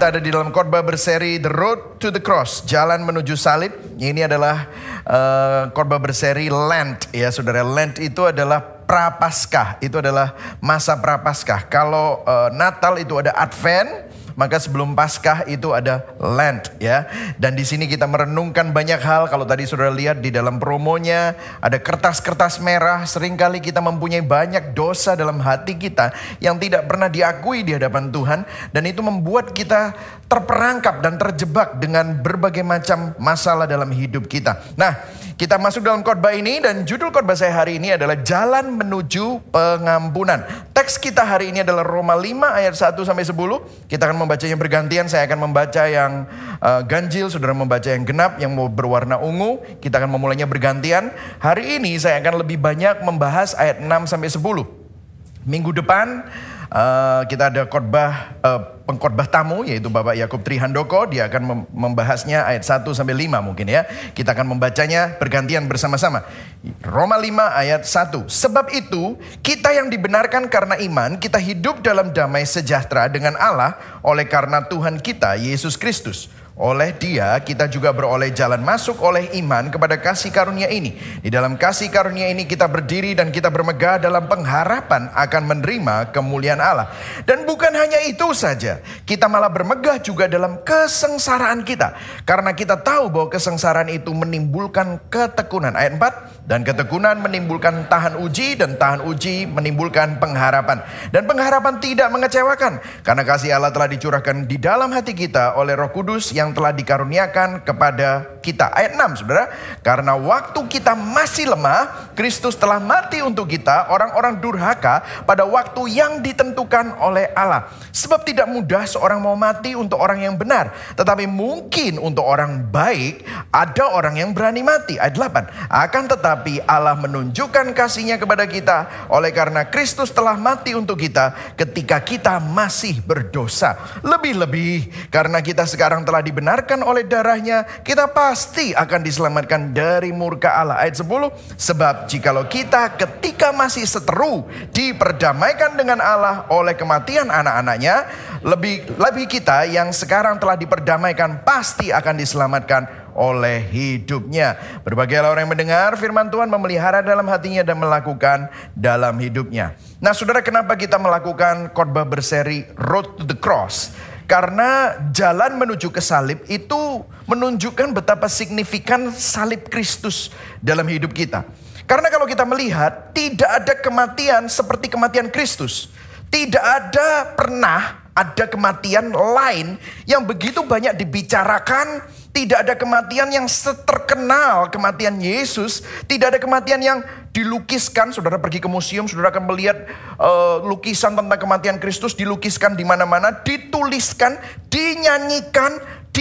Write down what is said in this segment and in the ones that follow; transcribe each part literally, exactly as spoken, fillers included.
kita ada di dalam khotbah berseri The Road to the Cross, Jalan Menuju Salib. Ini adalah uh, khotbah berseri Lent, ya saudara. Lent itu adalah Prapaskah, itu adalah masa Prapaskah. Kalau uh, Natal itu ada Advent, maka sebelum Paskah itu ada Lent, ya. Dan di sini kita merenungkan banyak hal. Kalau tadi saudara lihat di dalam promonya ada kertas-kertas merah. Seringkali kita mempunyai banyak dosa dalam hati kita yang tidak pernah diakui di hadapan Tuhan, dan itu membuat kita terperangkap dan terjebak dengan berbagai macam masalah dalam hidup kita. Nah, kita masuk dalam khotbah ini, dan judul khotbah saya hari ini adalah Jalan Menuju Pengampunan. Teks kita hari ini adalah Roma lima ayat satu sampai sepuluh. Kita akan membacanya bergantian. Saya akan membaca yang uh, ganjil, saudara membaca yang genap, yang mau berwarna ungu. Kita akan memulainya bergantian. Hari ini saya akan lebih banyak membahas ayat enam sampai sepuluh. Minggu depan Uh, kita ada khotbah uh, pengkhotbah tamu, yaitu Bapak Yakub Trihandoko. Dia akan mem- membahasnya ayat satu sampai lima mungkin ya. Kita akan membacanya bergantian bersama-sama. Roma lima ayat satu. Sebab itu kita yang dibenarkan karena iman, kita hidup dalam damai sejahtera dengan Allah oleh karena Tuhan kita Yesus Kristus. Oleh Dia kita juga beroleh jalan masuk oleh iman kepada kasih karunia ini. Di dalam kasih karunia ini kita berdiri dan kita bermegah dalam pengharapan akan menerima kemuliaan Allah. Dan bukan hanya itu saja, kita malah bermegah juga dalam kesengsaraan kita, karena kita tahu bahwa kesengsaraan itu menimbulkan ketekunan. Ayat empat, dan ketekunan menimbulkan tahan uji, dan tahan uji menimbulkan pengharapan. Dan pengharapan tidak mengecewakan, karena kasih Allah telah dicurahkan di dalam hati kita oleh Roh Kudus yang yang telah dikaruniakan kepada kita. Ayat enam, saudara. Karena waktu kita masih lemah, Kristus telah mati untuk kita, orang-orang durhaka, pada waktu yang ditentukan oleh Allah. Sebab tidak mudah seorang mau mati untuk orang yang benar, tetapi mungkin untuk orang baik ada orang yang berani mati. Ayat delapan. Akan tetapi Allah menunjukkan kasih-Nya kepada kita oleh karena Kristus telah mati untuk kita ketika kita masih berdosa. Lebih-lebih karena kita sekarang telah dibenarkan oleh darah-Nya, kita pasti akan diselamatkan dari murka Allah. Ayat sepuluh. Sebab jikalau kita ketika masih seteru diperdamaikan dengan Allah oleh kematian anak-anaknya, lebih lebih kita yang sekarang telah diperdamaikan pasti akan diselamatkan oleh hidupnya. Berbagai orang yang mendengar firman Tuhan memelihara dalam hatinya dan melakukan dalam hidupnya. Nah saudara, kenapa kita melakukan khotbah berseri Road to the Cross? Karena jalan menuju ke salib itu menunjukkan betapa signifikan salib Kristus dalam hidup kita. Karena kalau kita melihat, tidak ada kematian seperti kematian Kristus. Tidak ada pernah ada kematian lain yang begitu banyak dibicarakan. Tidak ada kematian yang seterkenal kematian Yesus. Tidak ada kematian yang dilukiskan. Saudara pergi ke museum, saudara akan melihat uh, lukisan tentang kematian Kristus dilukiskan di mana-mana, dituliskan, dinyanyikan,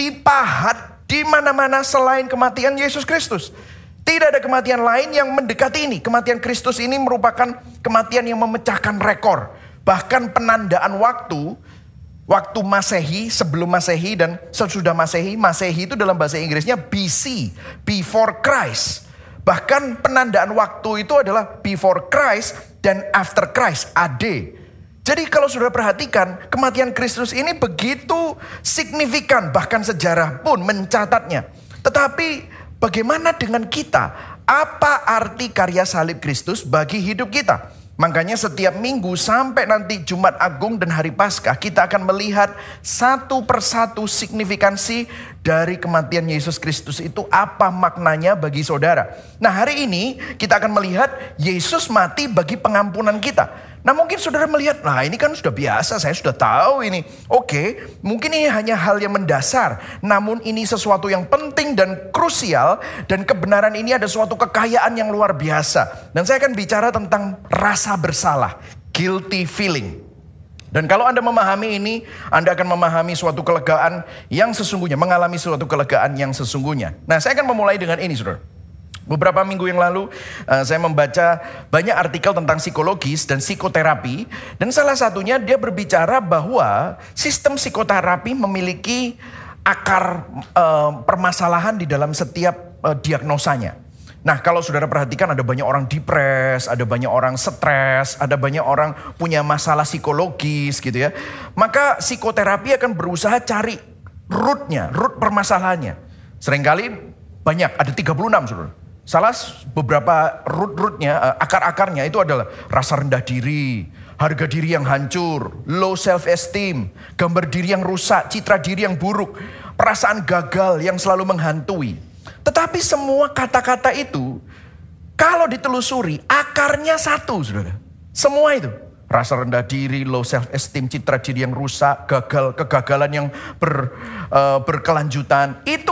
dipahat di mana-mana selain kematian Yesus Kristus. Tidak ada kematian lain yang mendekati ini. Kematian Kristus ini merupakan kematian yang memecahkan rekor. Bahkan penandaan waktu, waktu Masehi, sebelum Masehi dan sesudah Masehi. Masehi itu dalam bahasa Inggrisnya B C, before Christ. Bahkan penandaan waktu itu adalah before Christ dan after Christ, A D. Jadi kalau sudah perhatikan, kematian Kristus ini begitu signifikan, bahkan sejarah pun mencatatnya. Tetapi bagaimana dengan kita? Apa arti karya salib Kristus bagi hidup kita? Makanya setiap minggu sampai nanti Jumat Agung dan Hari Paskah, kita akan melihat satu persatu signifikansi dari kematian Yesus Kristus itu, apa maknanya bagi saudara. Nah hari ini kita akan melihat Yesus mati bagi pengampunan kita. Nah mungkin saudara melihat, nah ini kan sudah biasa, saya sudah tahu ini. Oke, mungkin ini hanya hal yang mendasar. Namun ini sesuatu yang penting dan krusial. Dan kebenaran ini ada suatu kekayaan yang luar biasa. Dan saya akan bicara tentang rasa bersalah, guilty feeling. Dan kalau Anda memahami ini, Anda akan memahami suatu kelegaan yang sesungguhnya, mengalami suatu kelegaan yang sesungguhnya. Nah saya akan memulai dengan ini saudara. Beberapa minggu yang lalu uh, saya membaca banyak artikel tentang psikologis dan psikoterapi. Dan salah satunya dia berbicara bahwa sistem psikoterapi memiliki akar uh, permasalahan di dalam setiap uh, diagnosanya. Nah, kalau saudara perhatikan ada banyak orang depres, ada banyak orang stres, ada banyak orang punya masalah psikologis gitu ya. Maka psikoterapi akan berusaha cari rootnya, root permasalahannya. Seringkali banyak, ada tiga puluh enam saudara. Salah beberapa root-rootnya, akar-akarnya itu adalah rasa rendah diri, harga diri yang hancur, low self-esteem, gambar diri yang rusak, citra diri yang buruk, perasaan gagal yang selalu menghantui. Tetapi semua kata-kata itu, kalau ditelusuri, akarnya satu, saudara. Semua itu, rasa rendah diri, low self-esteem, citra diri yang rusak, gagal, kegagalan yang ber, uh, berkelanjutan, itu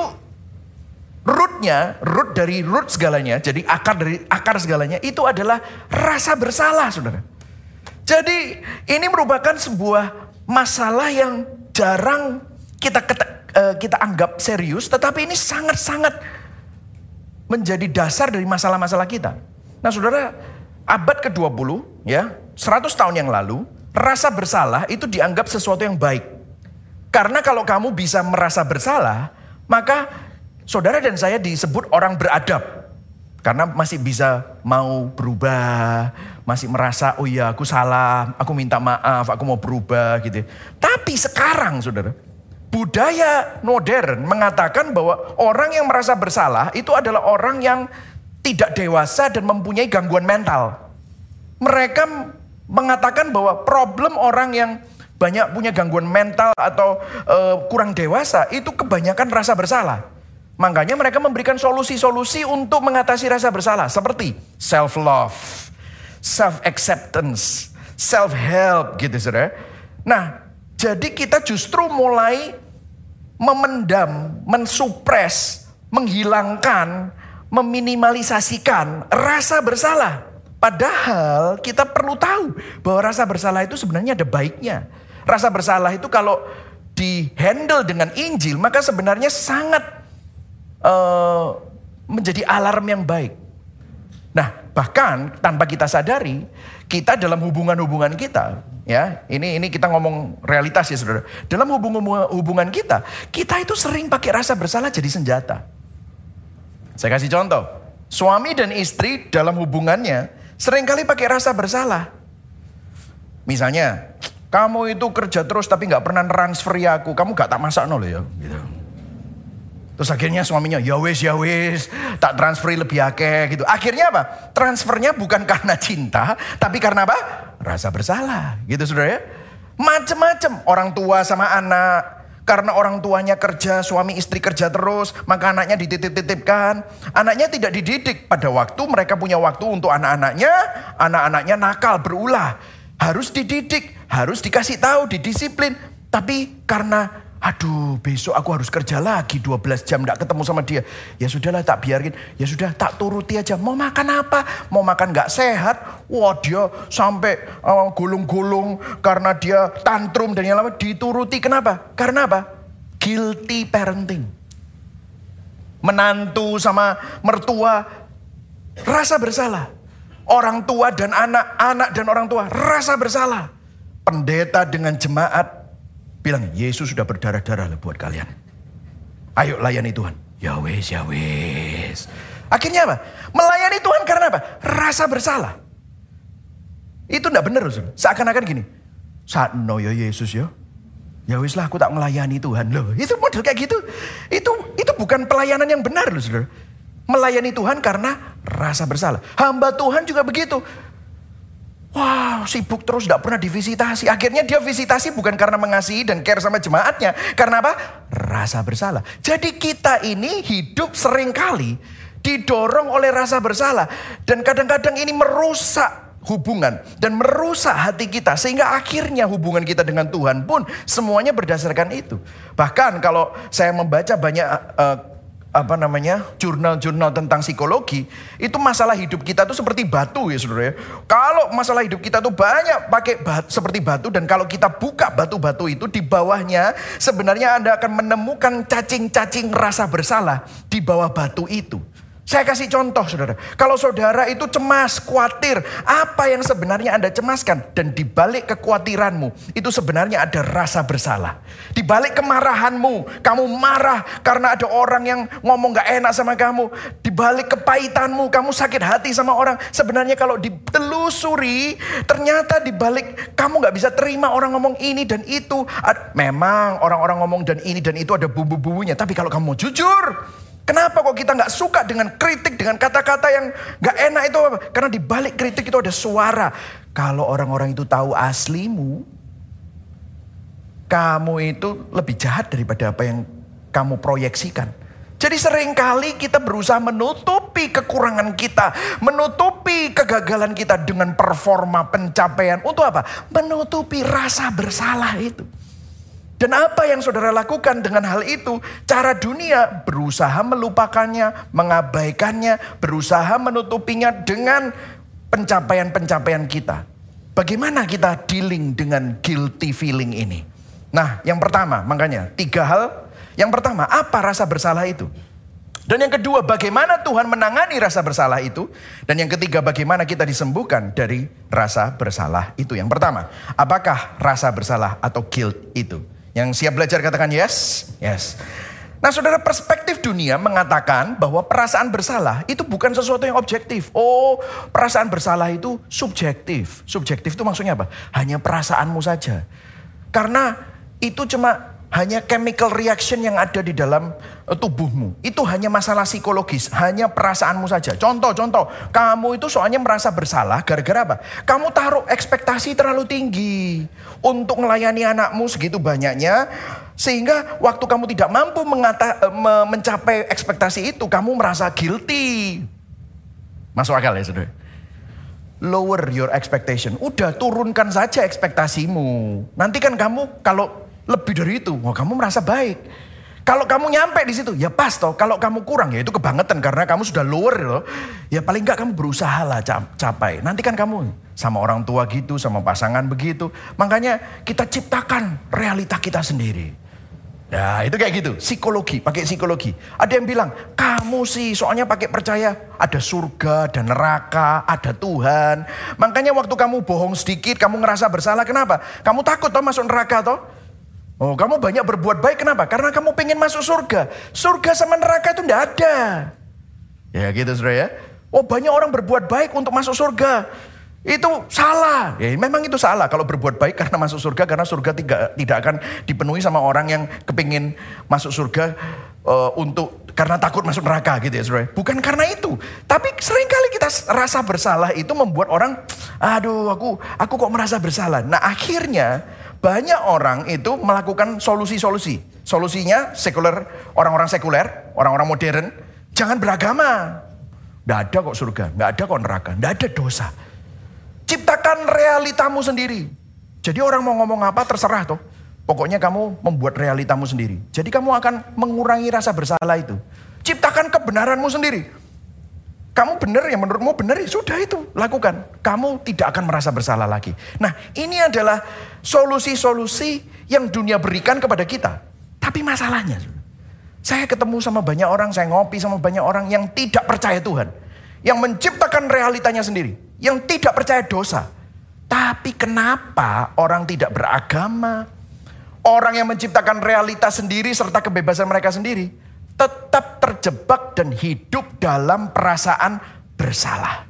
rootnya, root dari root segalanya, jadi akar dari akar segalanya, itu adalah rasa bersalah, saudara. Jadi ini merupakan sebuah masalah yang jarang kita uh, kita anggap serius, tetapi ini sangat-sangat menjadi dasar dari masalah-masalah kita. Nah saudara, abad ke dua puluh, ya, seratus tahun yang lalu, rasa bersalah itu dianggap sesuatu yang baik. Karena kalau kamu bisa merasa bersalah, maka saudara dan saya disebut orang beradab. Karena masih bisa mau berubah, masih merasa, oh iya aku salah, aku minta maaf, aku mau berubah gitu. Tapi sekarang saudara, budaya modern mengatakan bahwa orang yang merasa bersalah itu adalah orang yang tidak dewasa dan mempunyai gangguan mental. Mereka mengatakan bahwa problem orang yang banyak punya gangguan mental atau uh, kurang dewasa itu kebanyakan rasa bersalah. Makanya mereka memberikan solusi-solusi untuk mengatasi rasa bersalah. Seperti self-love, self-acceptance, self-help gitu saudara. Nah, jadi kita justru mulai memendam, mensupres, menghilangkan, meminimalisasikan rasa bersalah. Padahal kita perlu tahu bahwa rasa bersalah itu sebenarnya ada baiknya. Rasa bersalah itu kalau di-handle dengan Injil, maka sebenarnya sangat Uh, menjadi alarm yang baik. Nah, bahkan tanpa kita sadari, kita dalam hubungan-hubungan kita, ya, ini ini kita ngomong realitas ya saudara. Dalam hubungan-hubungan kita, kita itu sering pakai rasa bersalah jadi senjata. Saya kasih contoh, suami dan istri dalam hubungannya seringkali pakai rasa bersalah. Misalnya, kamu itu kerja terus tapi nggak pernah transferi aku, kamu gak tak masak no ya, gitu. Terus akhirnya suaminya, ya wis, ya wis, tak transferi lebih akeh gitu. Akhirnya apa? Transfernya bukan karena cinta, tapi karena apa? Rasa bersalah, gitu saudara ya. Macem-macem, orang tua sama anak. Karena orang tuanya kerja, suami istri kerja terus, maka anaknya dititip-titipkan. Anaknya tidak dididik. Pada waktu mereka punya waktu untuk anak-anaknya, anak-anaknya nakal, berulah. Harus dididik, harus dikasih tahu, didisiplin. Tapi karena aduh besok aku harus kerja lagi dua belas jam gak ketemu sama dia. Ya sudahlah tak biarin. Ya sudah tak turuti aja. Mau makan apa? Mau makan gak sehat? Wah dia sampai uh, gulung-gulung karena dia tantrum dan yang lain dituruti. Kenapa? Karena apa? Guilty parenting. Menantu sama mertua rasa bersalah. Orang tua dan anak, anak dan orang tua rasa bersalah. Pendeta dengan jemaat bilang, Yesus sudah berdarah-darah lah buat kalian. Ayo layani Tuhan. Ya wes, ya wes. Akhirnya apa? Melayani Tuhan karena apa? Rasa bersalah. Itu enggak benar, saudara. Seakan-akan gini. Saat no ya Yesus ya. Ya wes lah aku tak melayani Tuhan loh. Itu model kayak gitu. Itu itu bukan pelayanan yang benar loh, saudara. Melayani Tuhan karena rasa bersalah. Hamba Tuhan juga begitu. Wow, sibuk terus, gak pernah divisitasi. Akhirnya dia visitasi bukan karena mengasihi dan care sama jemaatnya. Karena apa? Rasa bersalah. Jadi kita ini hidup seringkali didorong oleh rasa bersalah. Dan kadang-kadang ini merusak hubungan dan merusak hati kita. Sehingga akhirnya hubungan kita dengan Tuhan pun semuanya berdasarkan itu. Bahkan kalau saya membaca banyak uh, apa namanya jurnal-jurnal tentang psikologi, itu masalah hidup kita tuh seperti batu ya saudara ya. Kalau masalah hidup kita tuh banyak pakai batu, seperti batu, dan kalau kita buka batu-batu itu di bawahnya sebenarnya Anda akan menemukan cacing-cacing rasa bersalah di bawah batu itu. Saya kasih contoh saudara. Kalau saudara itu cemas, khawatir, apa yang sebenarnya Anda cemaskan? Dan di balik kekhawatiranmu, itu sebenarnya ada rasa bersalah. Di balik kemarahanmu, kamu marah karena ada orang yang ngomong gak enak sama kamu. Di balik kepahitanmu, kamu sakit hati sama orang. Sebenarnya kalau ditelusuri, ternyata di balik kamu gak bisa terima orang ngomong ini dan itu. Memang orang-orang ngomong dan ini dan itu ada bumbu-bumbunya. Tapi kalau kamu mau jujur, kenapa kok kita nggak suka dengan kritik, dengan kata-kata yang nggak enak itu apa? Karena di balik kritik itu ada suara. Kalau orang-orang itu tahu aslimu, kamu itu lebih jahat daripada apa yang kamu proyeksikan. Jadi seringkali kita berusaha menutupi kekurangan kita, menutupi kegagalan kita dengan performa pencapaian. Untuk apa? Menutupi rasa bersalah itu. Dan apa yang saudara lakukan dengan hal itu? Cara dunia berusaha melupakannya, mengabaikannya, berusaha menutupinya dengan pencapaian-pencapaian kita. Bagaimana kita dealing dengan guilty feeling ini? Nah, yang pertama, makanya tiga hal. Yang pertama, apa rasa bersalah itu? Dan yang kedua, bagaimana Tuhan menangani rasa bersalah itu? Dan yang ketiga, bagaimana kita disembuhkan dari rasa bersalah itu? Yang pertama, apakah rasa bersalah atau guilt itu? Yang siap belajar katakan yes, yes. Nah saudara, perspektif dunia mengatakan bahwa perasaan bersalah itu bukan sesuatu yang objektif. Oh, perasaan bersalah itu subjektif. Subjektif itu maksudnya apa? Hanya perasaanmu saja. Karena itu cuma hanya chemical reaction yang ada di dalam tubuhmu. Itu hanya masalah psikologis, hanya perasaanmu saja. Contoh-contoh, kamu itu soalnya merasa bersalah gara-gara apa? Kamu taruh ekspektasi terlalu tinggi untuk melayani anakmu segitu banyaknya, sehingga waktu kamu tidak mampu mengata, mencapai ekspektasi itu, kamu merasa guilty. Masuk akal ya saudara? Lower your expectation. Udah turunkan saja ekspektasimu. Nanti kan kamu kalau lebih dari itu, wah kamu merasa baik. Kalau kamu nyampe di situ, ya pas toh. Kalau kamu kurang, ya itu kebangetan karena kamu sudah lower loh. Ya paling enggak kamu berusaha lah capai. Nanti kan kamu sama orang tua gitu, sama pasangan begitu. Makanya kita ciptakan realita kita sendiri. Ya itu kayak gitu, psikologi, pakai psikologi. Ada yang bilang, kamu sih soalnya pakai percaya ada surga, ada neraka, ada Tuhan. Makanya waktu kamu bohong sedikit, kamu ngerasa bersalah, kenapa? Kamu takut toh masuk neraka toh? Oh, kamu banyak berbuat baik, kenapa? Karena kamu pengen masuk surga. Surga sama neraka itu enggak ada. Ya gitu saudara ya. Oh, banyak orang berbuat baik untuk masuk surga. Itu salah. Ya memang itu salah kalau berbuat baik karena masuk surga. Karena surga tidak, tidak akan dipenuhi sama orang yang kepingin masuk surga uh, untuk karena takut masuk neraka gitu ya saudara. Bukan karena itu. Tapi seringkali kita rasa bersalah itu membuat orang, aduh aku aku kok merasa bersalah. Nah akhirnya banyak orang itu melakukan solusi-solusi. Solusinya sekuler, orang-orang sekuler, orang-orang modern. Jangan beragama. Nggak ada kok surga, nggak ada kok neraka, nggak ada dosa. Ciptakan realitamu sendiri. Jadi orang mau ngomong apa terserah toh. Pokoknya kamu membuat realitamu sendiri. Jadi kamu akan mengurangi rasa bersalah itu. Ciptakan kebenaranmu sendiri. Kamu benar ya menurutmu benar ya sudah itu lakukan. Kamu tidak akan merasa bersalah lagi. Nah ini adalah solusi-solusi yang dunia berikan kepada kita. Tapi masalahnya, saya ketemu sama banyak orang, saya ngopi sama banyak orang yang tidak percaya Tuhan. Yang menciptakan realitanya sendiri. Yang tidak percaya dosa. Tapi kenapa orang tidak beragama? Orang yang menciptakan realitas sendiri serta kebebasan mereka sendiri tetap terjebak dan hidup dalam perasaan bersalah.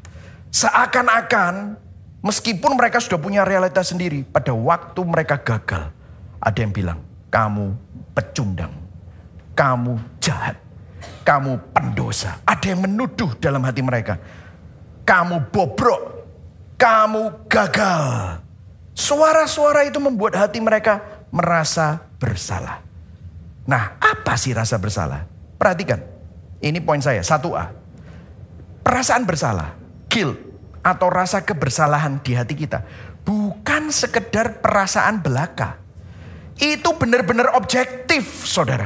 Seakan-akan meskipun mereka sudah punya realitas sendiri, pada waktu mereka gagal, ada yang bilang, kamu pecundang, kamu jahat, kamu pendosa. Ada yang menuduh dalam hati mereka, kamu bobrok, kamu gagal. Suara-suara itu membuat hati mereka merasa bersalah. Nah, apa sih rasa bersalah? Perhatikan, ini poin saya, satu A. Perasaan bersalah, guilt, atau rasa kebersalahan di hati kita, bukan sekedar perasaan belaka. Itu benar-benar objektif, saudara.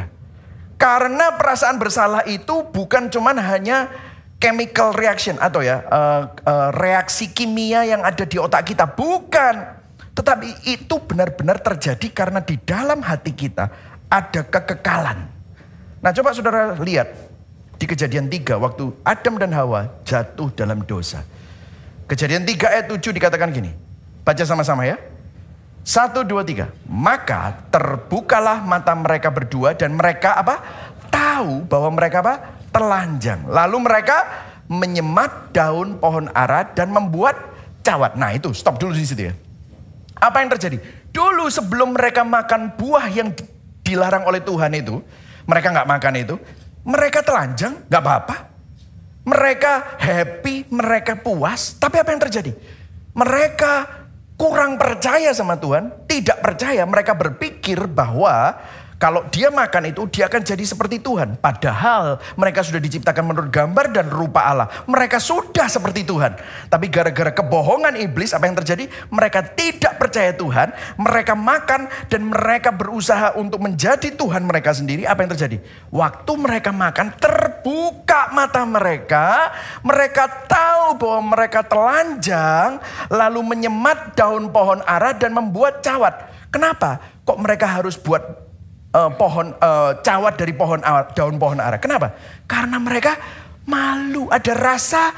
Karena perasaan bersalah itu bukan cuman hanya chemical reaction, atau ya, uh, uh, reaksi kimia yang ada di otak kita. Bukan. Tetapi itu benar-benar terjadi karena di dalam hati kita ada kekekalan. Nah coba saudara lihat, di Kejadian tiga waktu Adam dan Hawa jatuh dalam dosa. Kejadian tiga ayat tujuh dikatakan gini. Baca sama-sama ya. Satu, dua, tiga. Maka terbukalah mata mereka berdua dan mereka apa? Tahu bahwa mereka apa? Telanjang. Lalu mereka menyemat daun pohon ara dan membuat cawat. Nah itu stop dulu di situ ya. Apa yang terjadi? Dulu sebelum mereka makan buah yang dilarang oleh Tuhan itu, mereka nggak makan itu, mereka telanjang, nggak apa-apa. Mereka happy, mereka puas. Tapi apa yang terjadi? Mereka kurang percaya sama Tuhan, tidak percaya. Mereka berpikir bahwa kalau dia makan itu, dia akan jadi seperti Tuhan. Padahal mereka sudah diciptakan menurut gambar dan rupa Allah. Mereka sudah seperti Tuhan. Tapi gara-gara kebohongan iblis, apa yang terjadi? Mereka tidak percaya Tuhan. Mereka makan dan mereka berusaha untuk menjadi Tuhan mereka sendiri. Apa yang terjadi? Waktu mereka makan, terbuka mata mereka. Mereka tahu bahwa mereka telanjang. Lalu menyemat daun pohon ara dan membuat cawat. Kenapa? Kok mereka harus buat Uh, pohon uh, cawat dari pohon ara, daun pohon ara. Kenapa? Karena mereka malu, ada rasa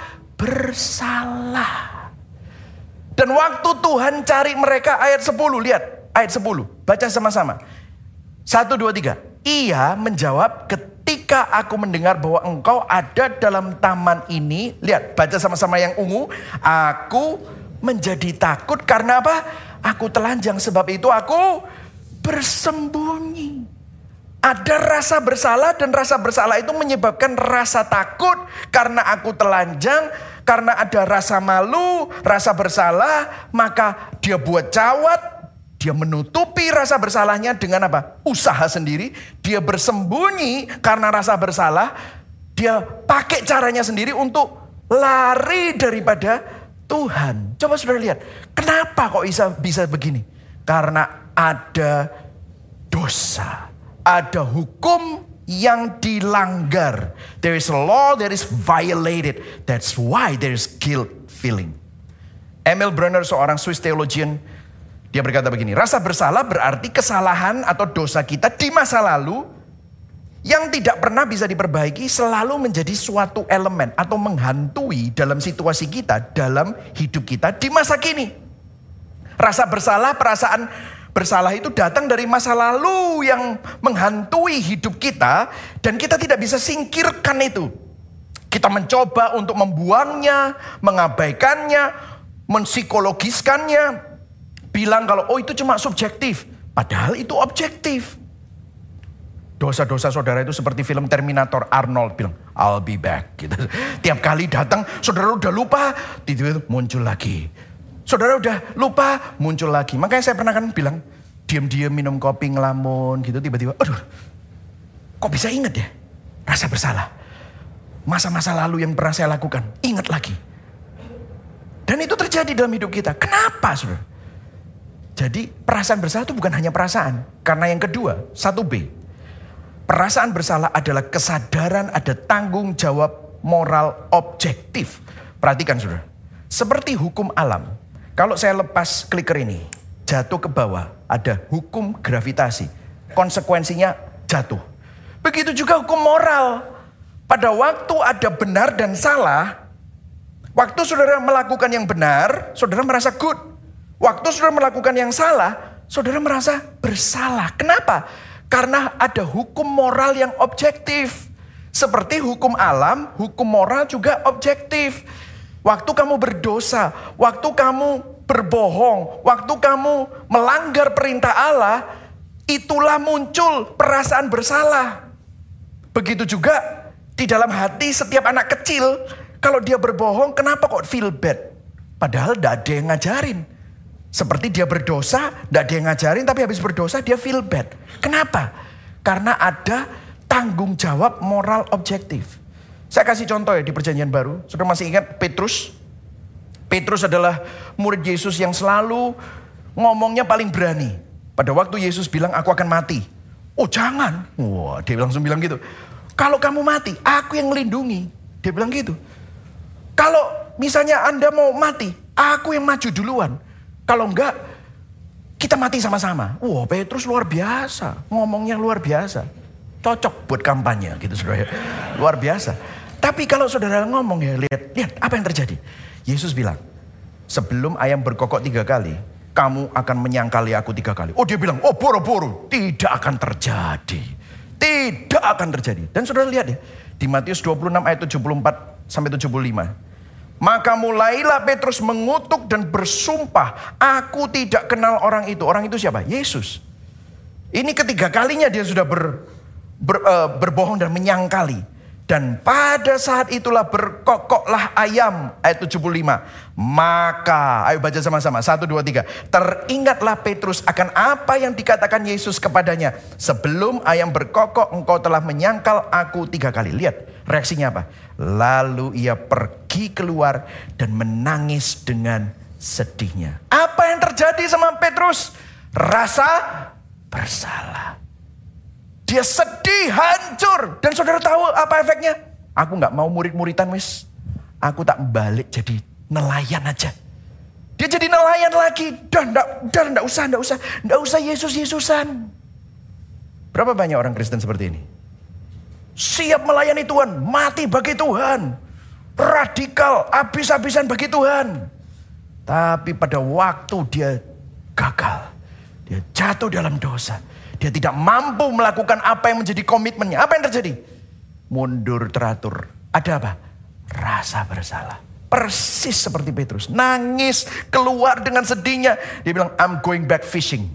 bersalah. Dan waktu Tuhan cari mereka ayat sepuluh, lihat ayat sepuluh, baca sama-sama. Satu, dua, tiga. Ia menjawab, ketika aku mendengar bahwa engkau ada dalam taman ini, lihat baca sama-sama yang ungu, aku menjadi takut karena apa? Aku telanjang, sebab itu aku bersembunyi. Ada rasa bersalah dan rasa bersalah itu menyebabkan rasa takut karena aku telanjang, karena ada rasa malu, rasa bersalah, maka dia buat cawat, dia menutupi rasa bersalahnya dengan apa? Usaha sendiri, dia bersembunyi karena rasa bersalah, dia pakai caranya sendiri untuk lari daripada Tuhan. Coba saudara lihat, kenapa kok bisa bisa begini? Karena ada dosa. Ada hukum yang dilanggar. There is a law that is violated. That's why there is guilt feeling. Emil Brunner, seorang Swiss theologian, dia berkata begini. Rasa bersalah berarti kesalahan atau dosa kita di masa lalu yang tidak pernah bisa diperbaiki selalu menjadi suatu elemen atau menghantui dalam situasi kita, dalam hidup kita di masa kini. Rasa bersalah, perasaan bersalah itu datang dari masa lalu yang menghantui hidup kita dan kita tidak bisa singkirkan itu. Kita mencoba untuk membuangnya, mengabaikannya, menpsikologiskannya, bilang kalau oh itu cuma subjektif, padahal itu objektif. Dosa-dosa saudara itu seperti film Terminator, Arnold bilang, I'll be back. Gitu. Tiap kali datang, saudara udah lupa, tiba-tiba muncul lagi. Saudara udah lupa, muncul lagi. Makanya saya pernah kan bilang, diam-diam minum kopi ngelamun gitu, tiba-tiba, aduh, kok bisa ingat ya? Rasa bersalah. Masa-masa lalu yang pernah saya lakukan, ingat lagi. Dan itu terjadi dalam hidup kita. Kenapa, saudara? Jadi perasaan bersalah itu bukan hanya perasaan. Karena yang kedua, satu B. Perasaan bersalah adalah kesadaran ada tanggung jawab moral objektif. Perhatikan, saudara. Seperti hukum alam. Kalau saya lepas clicker ini, jatuh ke bawah, ada hukum gravitasi. Konsekuensinya jatuh. Begitu juga hukum moral. Pada waktu ada benar dan salah, waktu saudara melakukan yang benar, saudara merasa good. Waktu saudara melakukan yang salah, saudara merasa bersalah. Kenapa? Karena ada hukum moral yang objektif. Seperti hukum alam, hukum moral juga objektif. Waktu kamu berdosa, waktu kamu berbohong, waktu kamu melanggar perintah Allah, itulah muncul perasaan bersalah. Begitu juga di dalam hati setiap anak kecil, kalau dia berbohong, kenapa kok feel bad? Padahal tidak ada yang ngajarin. Seperti dia berdosa, tidak ada yang ngajarin, tapi habis berdosa dia feel bad. Kenapa? Karena ada tanggung jawab moral objektif. Saya kasih contoh ya di Perjanjian Baru. Saudara masih ingat Petrus? Petrus adalah murid Yesus yang selalu ngomongnya paling berani. Pada waktu Yesus bilang, aku akan mati. Oh jangan. Wah, dia langsung bilang gitu. Kalau kamu mati, aku yang melindungi. Dia bilang gitu. Kalau misalnya Anda mau mati, aku yang maju duluan. Kalau enggak, kita mati sama-sama. Wah, Petrus luar biasa. Ngomongnya luar biasa. Cocok buat kampanye gitu saudara. Luar biasa. Tapi kalau saudara ngomong ya, lihat, lihat apa yang terjadi. Yesus bilang, sebelum ayam berkokok tiga kali, kamu akan menyangkali aku tiga kali. Oh dia bilang, oh boro-boro. Tidak akan terjadi. Tidak akan terjadi. Dan saudara lihat ya, di Matius dua puluh enam ayat tujuh puluh empat sampai tujuh puluh lima. Maka mulailah Petrus mengutuk dan bersumpah, aku tidak kenal orang itu. Orang itu siapa? Yesus. Ini ketiga kalinya dia sudah ber, ber, uh, berbohong dan menyangkali. Dan pada saat itulah berkokoklah ayam. Ayat tujuh puluh lima. Maka, ayo baca sama-sama. Satu, dua, tiga. Teringatlah Petrus akan apa yang dikatakan Yesus kepadanya. Sebelum ayam berkokok, engkau telah menyangkal aku tiga kali. Lihat reaksinya apa? Lalu ia pergi keluar dan menangis dengan sedihnya. Apa yang terjadi sama Petrus? Rasa bersalah. Dia sedih, hancur. Dan saudara tahu apa efeknya? Aku gak mau murid-muridan wis. Aku tak balik jadi nelayan aja. Dia jadi nelayan lagi. Dan gak, gak usah, gak usah. Gak usah Yesus-Yesusan. Berapa banyak orang Kristen seperti ini? Siap melayani Tuhan, mati bagi Tuhan. Radikal, habis-habisan bagi Tuhan. Tapi pada waktu dia gagal. Dia jatuh dalam dosa. Dia tidak mampu melakukan apa yang menjadi komitmennya. Apa yang terjadi? Mundur teratur. Ada apa? Rasa bersalah. Persis seperti Petrus. Nangis, keluar dengan sedihnya. Dia bilang, I'm going back fishing.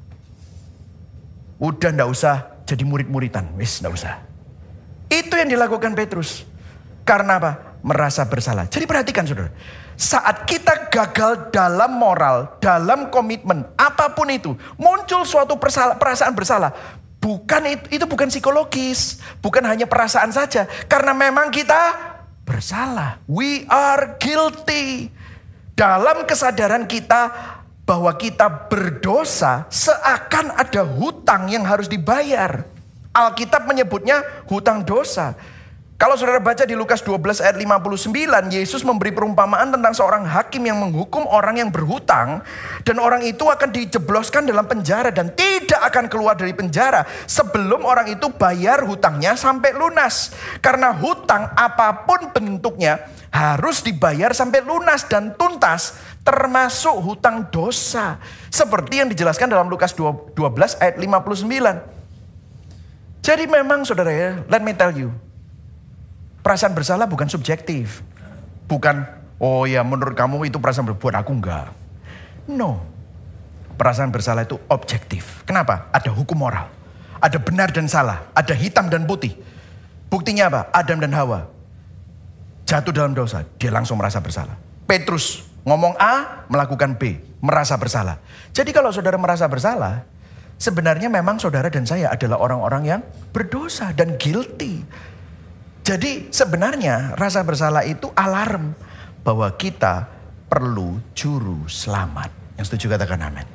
Udah gak usah jadi murid-muridan. Wis gak usah. Itu yang dilakukan Petrus. Karena apa? Merasa bersalah. Jadi perhatikan saudara. Saat kita gagal dalam moral, dalam komitmen, apapun itu, muncul suatu perasaan bersalah. Bukan itu, itu bukan psikologis. Bukan hanya perasaan saja. Karena memang kita bersalah. We are guilty. Dalam kesadaran kita bahwa kita berdosa, seakan ada hutang yang harus dibayar. Alkitab menyebutnya hutang dosa. Kalau saudara baca di Lukas dua belas ayat lima puluh sembilan, Yesus memberi perumpamaan tentang seorang hakim yang menghukum orang yang berhutang. Dan orang itu akan dijebloskan dalam penjara dan tidak akan keluar dari penjara sebelum orang itu bayar hutangnya sampai lunas. Karena hutang apapun bentuknya harus dibayar sampai lunas dan tuntas, termasuk hutang dosa. Seperti yang dijelaskan dalam Lukas dua belas ayat lima puluh sembilan. Jadi memang saudara ya, let me tell you. Perasaan bersalah bukan subjektif. Bukan, oh ya menurut kamu itu perasaan bersalah, buat aku enggak. No. Perasaan bersalah itu objektif. Kenapa? Ada hukum moral. Ada benar dan salah. Ada hitam dan putih. Buktinya apa? Adam dan Hawa jatuh dalam dosa. Dia langsung merasa bersalah. Petrus ngomong A, melakukan B. Merasa bersalah. Jadi kalau saudara merasa bersalah, sebenarnya memang saudara dan saya adalah orang-orang yang berdosa dan guilty. Jadi sebenarnya rasa bersalah itu alarm bahwa kita perlu juru selamat. Yang setuju katakan amin.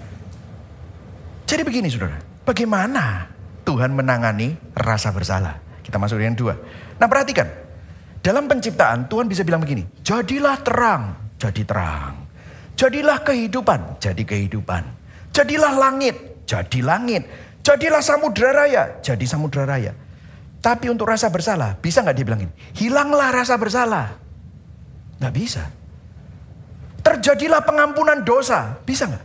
Jadi begini saudara, bagaimana Tuhan menangani rasa bersalah? Kita masuk yang dua. Nah perhatikan, dalam penciptaan Tuhan bisa bilang begini, jadilah terang, jadi terang. Jadilah kehidupan, jadi kehidupan. Jadilah langit, jadi langit. Jadilah samudra raya, jadi samudra raya. Tapi untuk rasa bersalah, bisa gak dibilangin? Hilanglah rasa bersalah. Gak bisa. Terjadilah pengampunan dosa, bisa gak?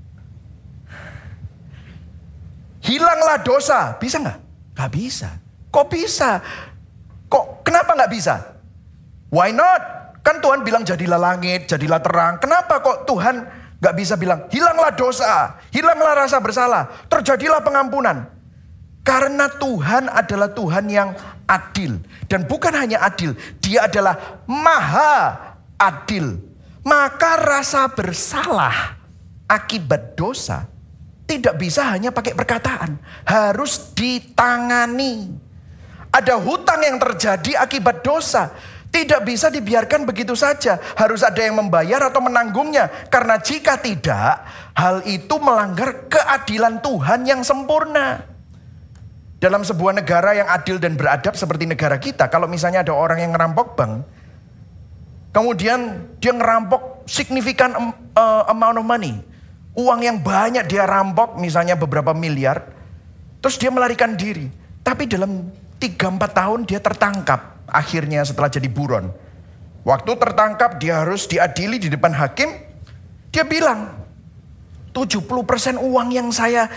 Hilanglah dosa, bisa gak? Gak bisa. Kok bisa? Kok kenapa gak bisa? Why not? Kan Tuhan bilang jadilah langit, jadilah terang. Kenapa kok Tuhan gak bisa bilang hilanglah dosa, hilanglah rasa bersalah, terjadilah pengampunan? Karena Tuhan adalah Tuhan yang adil. Dan bukan hanya adil, Dia adalah maha adil. Maka rasa bersalah akibat dosa tidak bisa hanya pakai perkataan. Harus ditangani. Ada hutang yang terjadi akibat dosa. Tidak bisa dibiarkan begitu saja. Harus ada yang membayar atau menanggungnya. Karena jika tidak, hal itu melanggar keadilan Tuhan yang sempurna. Dalam sebuah negara yang adil dan beradab seperti negara kita, kalau misalnya ada orang yang ngerampok bank, kemudian dia ngerampok signifikan uh, amount of money, uang yang banyak dia rampok, misalnya beberapa miliar, terus dia melarikan diri. Tapi dalam tiga empat tahun dia tertangkap. Akhirnya setelah jadi buron. Waktu tertangkap dia harus diadili di depan hakim. Dia bilang, tujuh puluh persen uang yang saya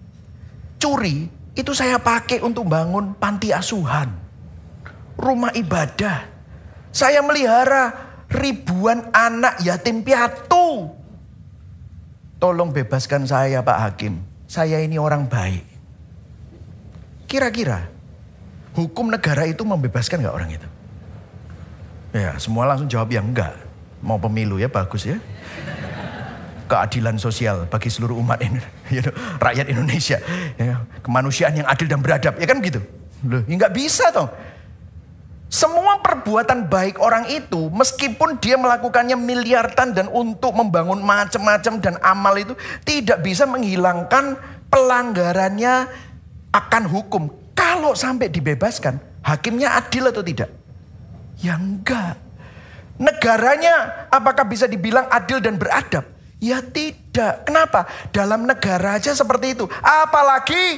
curi, itu saya pakai untuk bangun panti asuhan. Rumah ibadah. Saya melihara ribuan anak yatim piatu. Tolong bebaskan saya Pak Hakim. Saya ini orang baik. Kira-kira hukum negara itu membebaskan gak orang itu? Ya semua langsung jawab ya enggak. Mau pemilu ya bagus ya. Keadilan sosial bagi seluruh umat ini, rakyat Indonesia. Ya, kemanusiaan yang adil dan beradab. Ya kan gitu. Loh, ya gak bisa toh. Semua perbuatan baik orang itu, meskipun dia melakukannya miliaran dan untuk membangun macam-macam dan amal itu, tidak bisa menghilangkan pelanggarannya akan hukum. Kalau sampai dibebaskan, hakimnya adil atau tidak? Ya enggak. Negaranya apakah bisa dibilang adil dan beradab? Ya tidak. Kenapa? Dalam negara aja seperti itu. Apalagi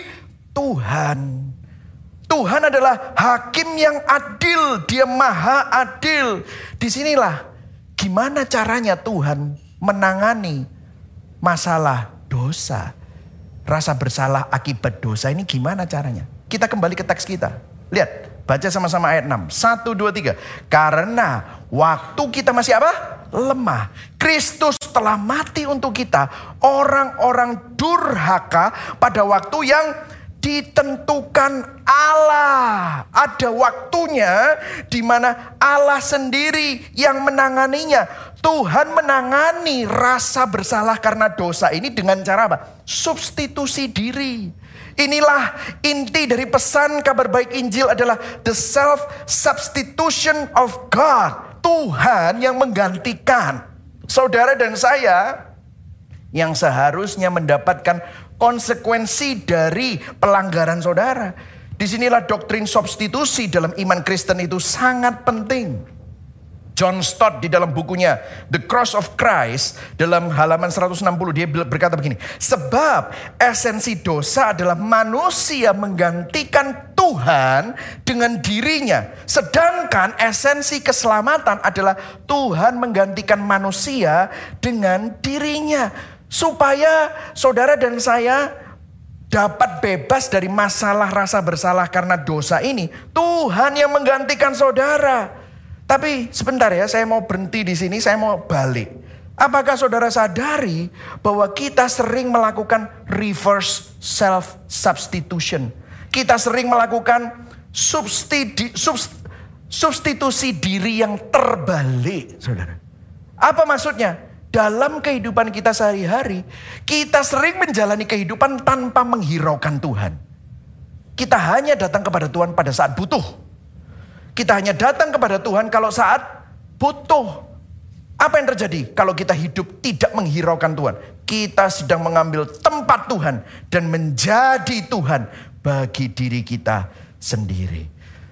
Tuhan. Tuhan adalah hakim yang adil. Dia maha adil. Disinilah gimana caranya Tuhan menangani masalah dosa. Rasa bersalah akibat dosa ini gimana caranya? Kita kembali ke teks kita. Lihat, baca sama-sama ayat enam. Satu, dua, tiga. Karena waktu kita masih apa? Lemah. Kristus telah mati untuk kita. Orang-orang durhaka pada waktu yang ditentukan Allah. Ada waktunya di mana Allah sendiri yang menanganinya. Tuhan menangani rasa bersalah karena dosa ini dengan cara apa? Substitusi diri. Inilah inti dari pesan kabar baik Injil adalah the self-substitution of God. Tuhan yang menggantikan saudara dan saya yang seharusnya mendapatkan konsekuensi dari pelanggaran saudara. Disinilah doktrin substitusi dalam iman Kristen itu sangat penting. John Stott di dalam bukunya The Cross of Christ dalam halaman seratus enam puluh dia berkata begini. Sebab esensi dosa adalah manusia menggantikan Tuhan dengan dirinya. Sedangkan esensi keselamatan adalah Tuhan menggantikan manusia dengan dirinya. Supaya saudara dan saya dapat bebas dari masalah rasa bersalah karena dosa ini. Tuhan yang menggantikan saudara. Tapi sebentar ya, saya mau berhenti di sini, saya mau balik. Apakah saudara sadari bahwa kita sering melakukan reverse self-substitution? Kita sering melakukan substidi, subst, substitusi diri yang terbalik, saudara. Apa maksudnya? Dalam kehidupan kita sehari-hari, kita sering menjalani kehidupan tanpa menghiraukan Tuhan. Kita hanya datang kepada Tuhan pada saat butuh. Kita hanya datang kepada Tuhan kalau saat butuh. Apa yang terjadi kalau kita hidup tidak menghiraukan Tuhan? Kita sedang mengambil tempat Tuhan dan menjadi Tuhan bagi diri kita sendiri.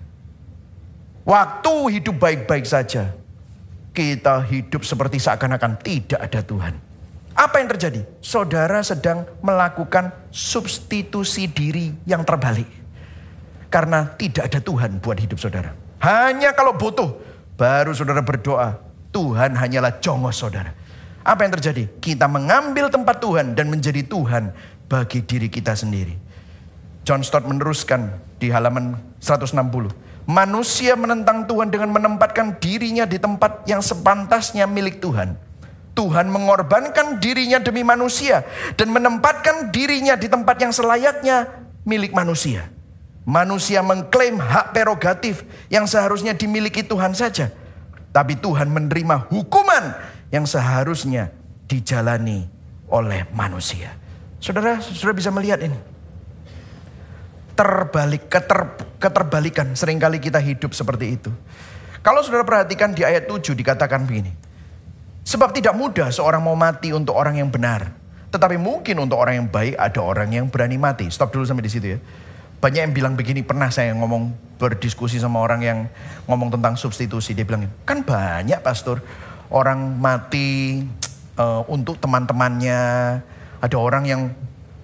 Waktu hidup baik-baik saja, kita hidup seperti seakan-akan tidak ada Tuhan. Apa yang terjadi? Saudara sedang melakukan substitusi diri yang terbalik. Karena tidak ada Tuhan buat hidup saudara. Hanya kalau butuh, baru saudara berdoa. Tuhan hanyalah jongos saudara. Apa yang terjadi? Kita mengambil tempat Tuhan dan menjadi Tuhan bagi diri kita sendiri. John Stott meneruskan di halaman seratus enam puluh. Manusia menentang Tuhan dengan menempatkan dirinya di tempat yang sepantasnya milik Tuhan. Tuhan mengorbankan dirinya demi manusia dan menempatkan dirinya di tempat yang selayaknya milik manusia. Manusia mengklaim hak prerogatif yang seharusnya dimiliki Tuhan saja. Tapi Tuhan menerima hukuman yang seharusnya dijalani oleh manusia. Saudara, saudara bisa melihat ini. Terbalik, keter, keterbalikan. Seringkali kita hidup seperti itu. Kalau saudara perhatikan di ayat tujuh dikatakan begini. Sebab tidak mudah seorang mau mati untuk orang yang benar. Tetapi mungkin untuk orang yang baik ada orang yang berani mati. Stop dulu sampai di situ ya. Banyak yang bilang begini, pernah saya ngomong berdiskusi sama orang yang ngomong tentang substitusi. Dia bilang, kan banyak pastor orang mati uh, untuk teman-temannya. Ada orang yang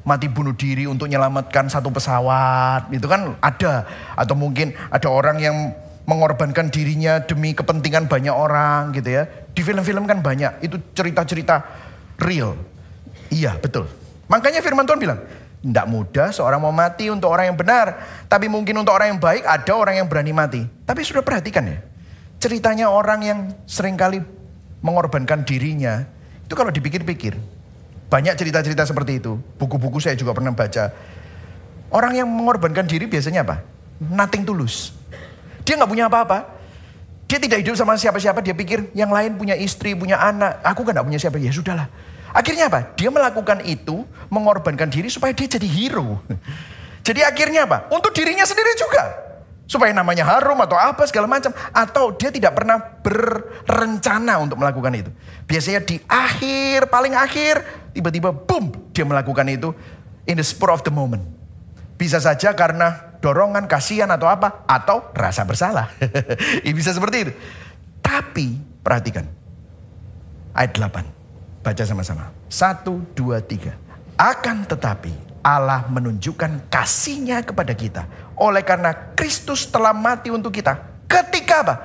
mati bunuh diri untuk menyelamatkan satu pesawat. Itu kan ada. Atau mungkin ada orang yang mengorbankan dirinya demi kepentingan banyak orang gitu ya. Di film-film kan banyak. Itu cerita-cerita real. Iya betul. Makanya firman Tuhan bilang, tidak mudah seorang mau mati untuk orang yang benar. Tapi mungkin untuk orang yang baik ada orang yang berani mati. Tapi sudah perhatikan ya. Ceritanya orang yang seringkali mengorbankan dirinya. Itu kalau dipikir-pikir. Banyak cerita-cerita seperti itu. Buku-buku saya juga pernah baca. Orang yang mengorbankan diri biasanya apa? Nothing tulus. Dia gak punya apa-apa. Dia tidak hidup sama siapa-siapa. Dia pikir yang lain punya istri, punya anak. Aku kan gak punya siapa. Ya sudahlah. Akhirnya apa? Dia melakukan itu, mengorbankan diri supaya dia jadi hero. Jadi akhirnya apa? Untuk dirinya sendiri juga. Supaya namanya harum atau apa segala macam. Atau dia tidak pernah berencana untuk melakukan itu. Biasanya di akhir, paling akhir, tiba-tiba boom, dia melakukan itu in the spur of the moment. Bisa saja karena dorongan, kasihan atau apa. Atau rasa bersalah. Bisa seperti itu. Tapi perhatikan. Ayat delapan. Baca sama-sama. Satu, dua, tiga. Akan tetapi Allah menunjukkan kasih-Nya kepada kita. Oleh karena Kristus telah mati untuk kita. Ketika apa?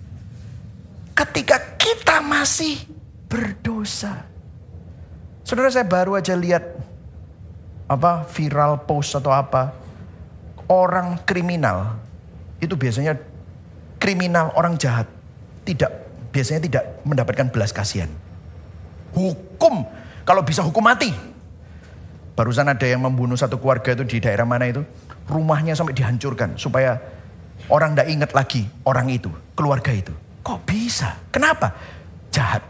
Ketika kita masih berdosa. Saudara, saya baru aja lihat apa viral post atau apa. Orang kriminal. Itu biasanya kriminal, orang jahat. Tidak, biasanya tidak mendapatkan belas kasihan. Hukum, kalau bisa hukum mati. Barusan ada yang membunuh satu keluarga itu di daerah mana itu. Rumahnya sampai dihancurkan supaya orang tidak ingat lagi orang itu, keluarga itu. Kok bisa? Kenapa? Jahat.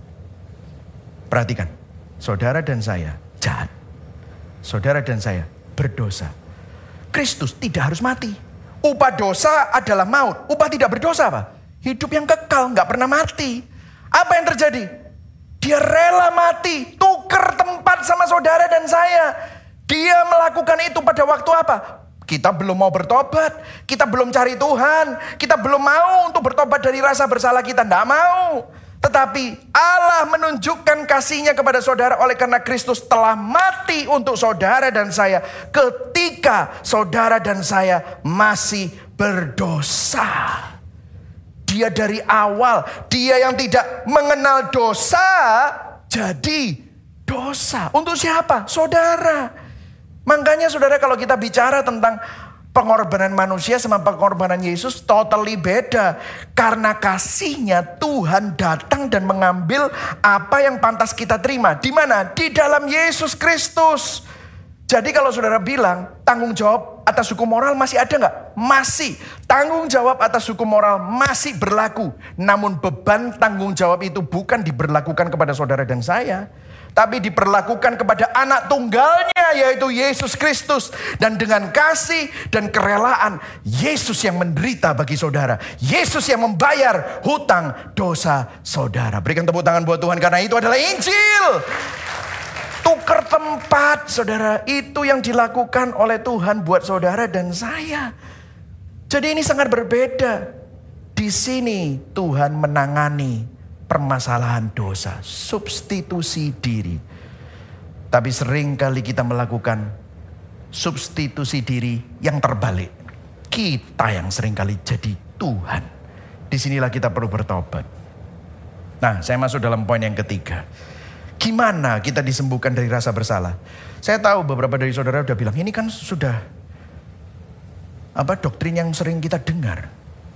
Perhatikan, saudara dan saya jahat. Saudara dan saya berdosa. Kristus tidak harus mati. Upah dosa adalah maut. Upah tidak berdosa apa? Hidup yang kekal, nggak pernah mati. Apa yang terjadi? Dia rela mati, tuker tempat sama saudara dan saya. Dia melakukan itu pada waktu apa? Kita belum mau bertobat, kita belum cari Tuhan, kita belum mau untuk bertobat dari rasa bersalah kita, tidak mau. Tetapi Allah menunjukkan kasih-Nya kepada saudara oleh karena Kristus telah mati untuk saudara dan saya ketika saudara dan saya masih berdosa. Dia dari awal, dia yang tidak mengenal dosa, jadi dosa. Untuk siapa? Saudara. Makanya saudara, kalau kita bicara tentang pengorbanan manusia sama pengorbanan Yesus totally beda. Karena kasih-Nya Tuhan datang dan mengambil apa yang pantas kita terima. Di mana? Di dalam Yesus Kristus. Jadi kalau saudara bilang tanggung jawab atas hukum moral masih ada nggak? Masih. Tanggung jawab atas hukum moral masih berlaku. Namun beban tanggung jawab itu bukan diberlakukan kepada saudara dan saya. Tapi diperlakukan kepada anak tunggalnya, yaitu Yesus Kristus. Dan dengan kasih dan kerelaan, Yesus yang menderita bagi saudara. Yesus yang membayar hutang dosa saudara. Berikan tepuk tangan buat Tuhan, karena itu adalah Injil. Tukar tempat, saudara. Itu yang dilakukan oleh Tuhan buat saudara dan saya. Jadi ini sangat berbeda. Di sini Tuhan menangani permasalahan dosa, substitusi diri. Tapi sering kali kita melakukan substitusi diri yang terbalik. Kita yang sering kali jadi Tuhan. Disinilah kita perlu bertobat. Nah, saya masuk dalam poin yang ketiga. Gimana kita disembuhkan dari rasa bersalah? Saya tahu beberapa dari saudara udah bilang, ini kan sudah apa doktrin yang sering kita dengar.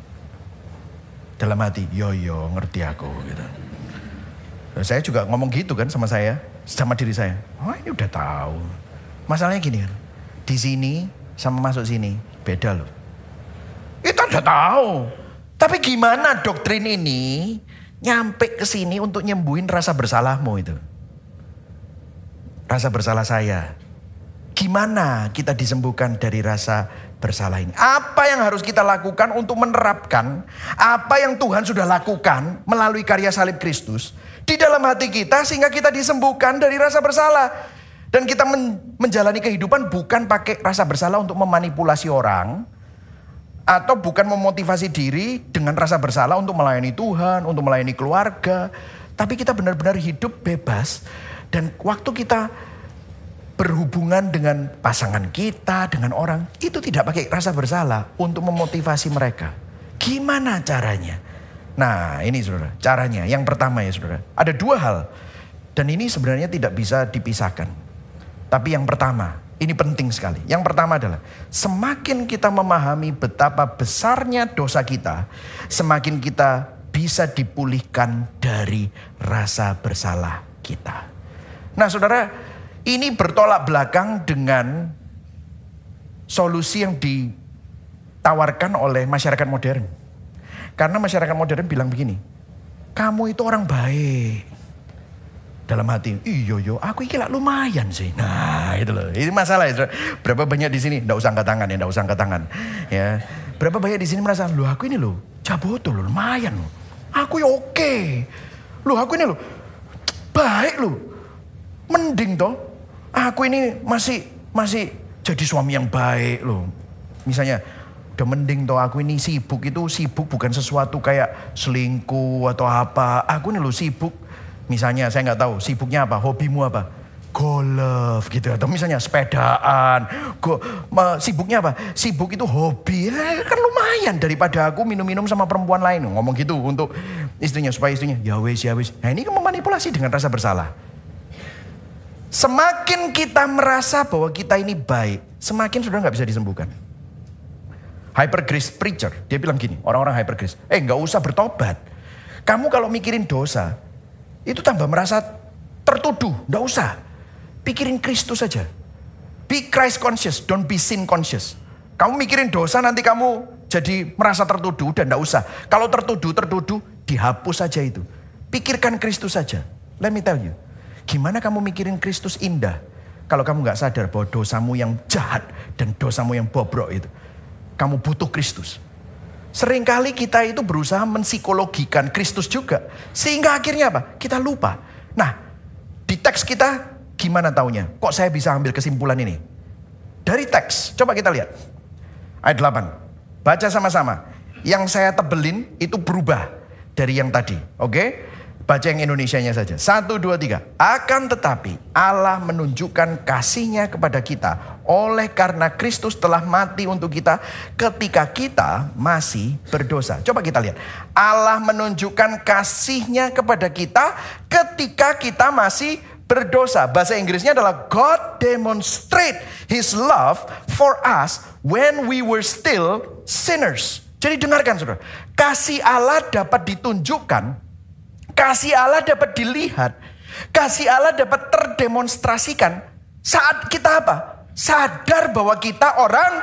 Dalam hati, yo yo ngerti aku gitu. Saya juga ngomong gitu kan sama saya, sama diri saya. Oh ini udah tahu. Masalahnya gini kan, di sini sama masuk sini beda loh. Itu udah tahu. Tapi gimana doktrin ini nyampe ke sini untuk nyembuhin rasa bersalahmu itu? Rasa bersalah saya. Gimana kita disembuhkan dari rasa bersalah ini? Apa yang harus kita lakukan untuk menerapkan apa yang Tuhan sudah lakukan melalui karya salib Kristus di dalam hati kita sehingga kita disembuhkan dari rasa bersalah. Dan kita men- menjalani kehidupan bukan pakai rasa bersalah untuk memanipulasi orang atau bukan memotivasi diri dengan rasa bersalah untuk melayani Tuhan, untuk melayani keluarga. Tapi kita benar-benar hidup bebas dan waktu kita berhubungan berhubungan dengan pasangan kita, dengan orang, itu tidak pakai rasa bersalah untuk memotivasi mereka. Gimana caranya? Nah ini saudara, caranya yang pertama ya saudara. Ada dua hal. Dan ini sebenarnya tidak bisa dipisahkan. Tapi yang pertama, ini penting sekali. Yang pertama adalah, semakin kita memahami betapa besarnya dosa kita, semakin kita bisa dipulihkan dari rasa bersalah kita. Nah saudara, ini bertolak belakang dengan solusi yang ditawarkan oleh masyarakat modern. Karena masyarakat modern bilang begini, kamu itu orang baik. Dalam hati, iyo yo, aku iki lah lumayan sih. Nah itu loh, ini masalah ya. Berapa banyak di sini, nggak usah angkat tangan ya, nggak usah angkat tangan. Ya, berapa banyak di sini merasa, loh aku ini loh, jaboto loh, lumayan loh. Aku ya oke. Loh aku ini loh, baik loh. Mending toh, aku ini masih masih jadi suami yang baik loh. Misalnya, udah mending toh aku ini sibuk itu sibuk bukan sesuatu kayak selingkuh atau apa. Aku ini loh sibuk. Misalnya saya nggak tahu sibuknya apa, hobimu apa, golf gitu. Atau misalnya sepedaan, go, sibuknya apa, sibuk itu hobi. Eh, kan lumayan daripada aku minum-minum sama perempuan lain. Ngomong gitu untuk istrinya supaya istrinya ya wis ya wis. Nah ini kan memanipulasi dengan rasa bersalah. Semakin kita merasa bahwa kita ini baik, semakin sudah nggak bisa disembuhkan. Hyper grace preacher, dia bilang gini, orang-orang hyper grace, eh nggak usah bertobat. Kamu kalau mikirin dosa, itu tambah merasa tertuduh, nggak usah. Pikirin Kristus saja. Be Christ conscious, don't be sin conscious. Kamu mikirin dosa nanti kamu jadi merasa tertuduh, udah nggak usah. Kalau tertuduh, tertuduh, dihapus saja itu. Pikirkan Kristus saja. Let me tell you. Gimana kamu mikirin Kristus indah kalau kamu gak sadar bahwa dosamu yang jahat dan dosamu yang bobrok itu. Kamu butuh Kristus. Seringkali kita itu berusaha menpsikologikan Kristus juga. Sehingga akhirnya apa? Kita lupa. Nah, di teks kita gimana taunya? Kok saya bisa ambil kesimpulan ini? Dari teks, coba kita lihat. Ayat delapan. Baca sama-sama. Yang saya tebelin itu berubah dari yang tadi. Oke? Baca yang Indonesianya saja. Satu, dua, tiga. Akan tetapi Allah menunjukkan kasih-Nya kepada kita oleh karena Kristus telah mati untuk kita ketika kita masih berdosa. Coba kita lihat. Allah menunjukkan kasih-Nya kepada kita ketika kita masih berdosa. Bahasa Inggrisnya adalah God demonstrate His love for us when we were still sinners. Jadi dengarkan saudara. Kasih Allah dapat ditunjukkan, kasih Allah dapat dilihat, kasih Allah dapat terdemonstrasikan saat kita apa? Sadar bahwa kita orang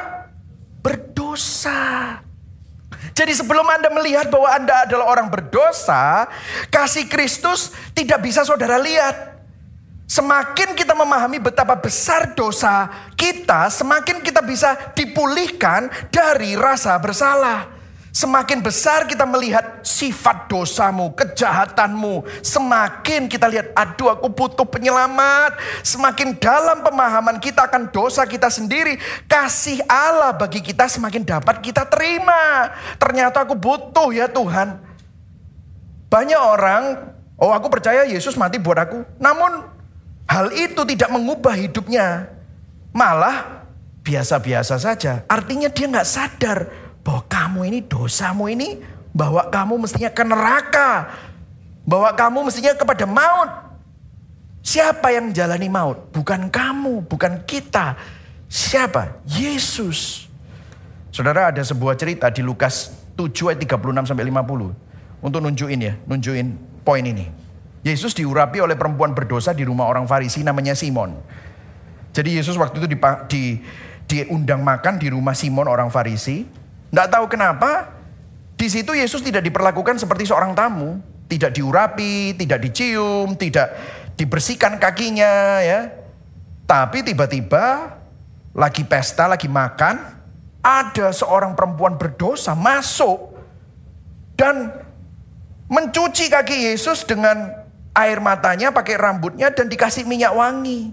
berdosa. Jadi sebelum Anda melihat bahwa Anda adalah orang berdosa, kasih Kristus tidak bisa saudara lihat. Semakin kita memahami betapa besar dosa kita, semakin kita bisa dipulihkan dari rasa bersalah. Semakin besar kita melihat sifat dosamu, kejahatanmu. Semakin kita lihat, aduh aku butuh penyelamat. Semakin dalam pemahaman kita akan dosa kita sendiri, kasih Allah bagi kita semakin dapat kita terima. Ternyata aku butuh ya Tuhan. Banyak orang, oh aku percaya Yesus mati buat aku. Namun hal itu tidak mengubah hidupnya. Malah biasa-biasa saja. Artinya dia gak sadar bahwa kamu ini, dosamu ini, bahwa kamu mestinya ke neraka. Bahwa kamu mestinya kepada maut. Siapa yang jalani maut? Bukan kamu, bukan kita. Siapa? Yesus. Saudara, ada sebuah cerita di Lukas tujuh ayat tiga puluh enam sampai lima puluh. Untuk nunjukin ya, nunjukin poin ini. Yesus diurapi oleh perempuan berdosa di rumah orang Farisi namanya Simon. Jadi Yesus waktu itu di, di, diundang makan di rumah Simon orang Farisi. Nggak tahu kenapa, di situ Yesus tidak diperlakukan seperti seorang tamu. Tidak diurapi, tidak dicium, tidak dibersihkan kakinya ya. Tapi tiba-tiba lagi pesta, lagi makan, ada seorang perempuan berdosa masuk dan mencuci kaki Yesus dengan air matanya, pakai rambutnya dan dikasih minyak wangi.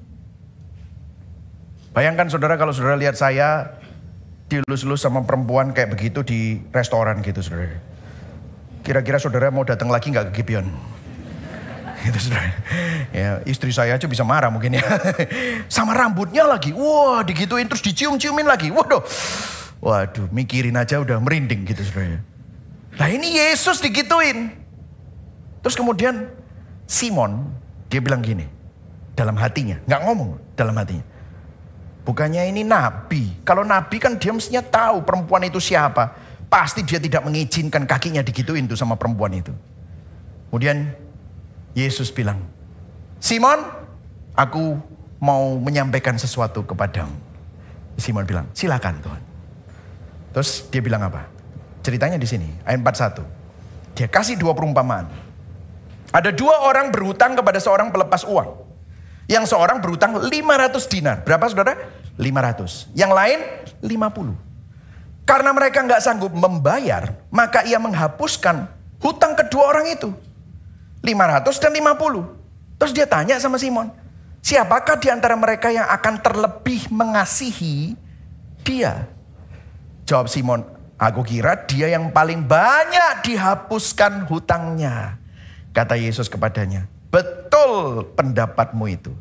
Bayangkan saudara kalau saudara lihat saya dilus-lus sama perempuan kayak begitu di restoran gitu saudara. Kira-kira saudara mau datang lagi gak ke Gibeon? Gitu, saudara. Ya, istri saya aja bisa marah mungkin ya. Sama rambutnya lagi. Wah, digituin terus dicium-ciumin lagi. Waduh. Waduh, mikirin aja udah merinding gitu, saudara. Nah, ini Yesus digituin. Terus kemudian Simon, dia bilang gini. Dalam hatinya, nggak ngomong, dalam hatinya. Bukannya ini nabi. Kalau nabi kan dia mestinya tahu perempuan itu siapa. Pasti dia tidak mengizinkan kakinya digituin tuh sama perempuan itu. Kemudian Yesus bilang, Simon, aku mau menyampaikan sesuatu kepadamu. Simon bilang, silakan Tuhan. Terus dia bilang apa? Ceritanya di sini, ayat empat puluh satu. Dia kasih dua perumpamaan. Ada dua orang berhutang kepada seorang pelepas uang. Yang seorang berhutang lima ratus dinar. Berapa saudara? lima ratus. Yang lain lima puluh. Karena mereka nggak sanggup membayar, maka ia menghapuskan hutang kedua orang itu. lima ratus dan lima puluh. Terus dia tanya sama Simon, siapakah di antara mereka yang akan terlebih mengasihi dia? Jawab Simon, aku kira dia yang paling banyak dihapuskan hutangnya. Kata Yesus kepadanya, betul pendapatmu itu.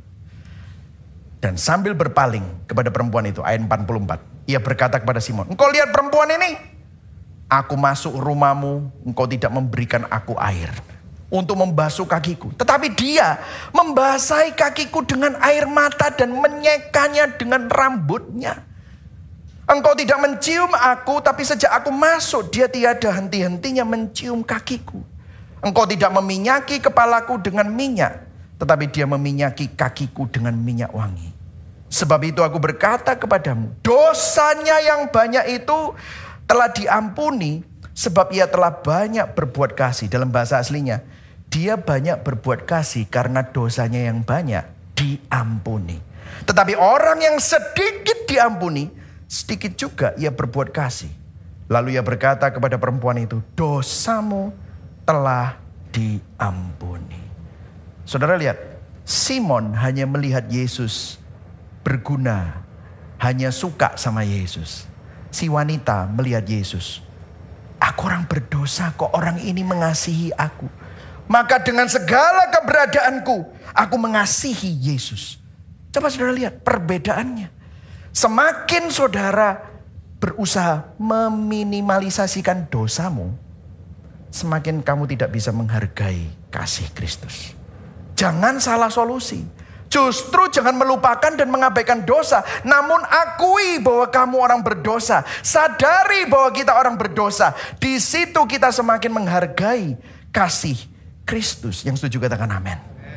Dan sambil berpaling kepada perempuan itu, ayat empat puluh empat. Ia berkata kepada Simon, engkau lihat perempuan ini? Aku masuk rumahmu, engkau tidak memberikan aku air untuk membasuh kakiku. Tetapi dia membasahi kakiku dengan air mata dan menyekanya dengan rambutnya. Engkau tidak mencium aku, tapi sejak aku masuk, dia tiada henti-hentinya mencium kakiku. Engkau tidak meminyaki kepalaku dengan minyak, tetapi dia meminyaki kakiku dengan minyak wangi. Sebab itu aku berkata kepadamu, dosanya yang banyak itu telah diampuni, sebab ia telah banyak berbuat kasih. Dalam bahasa aslinya, dia banyak berbuat kasih karena dosanya yang banyak diampuni. Tetapi orang yang sedikit diampuni, sedikit juga ia berbuat kasih. Lalu ia berkata kepada perempuan itu, dosamu telah diampuni. Saudara lihat, Simon hanya melihat Yesus berguna, hanya suka sama Yesus. Si wanita melihat Yesus, aku orang berdosa kok orang ini mengasihi aku. Maka dengan segala keberadaanku, aku mengasihi Yesus. Coba saudara lihat perbedaannya. Semakin saudara berusaha meminimalisasikan dosamu, semakin kamu tidak bisa menghargai kasih Kristus. Jangan salah solusi. Justru jangan melupakan dan mengabaikan dosa. Namun akui bahwa kamu orang berdosa. Sadari bahwa kita orang berdosa. Di situ kita semakin menghargai kasih Kristus. Yang setuju katakan amin.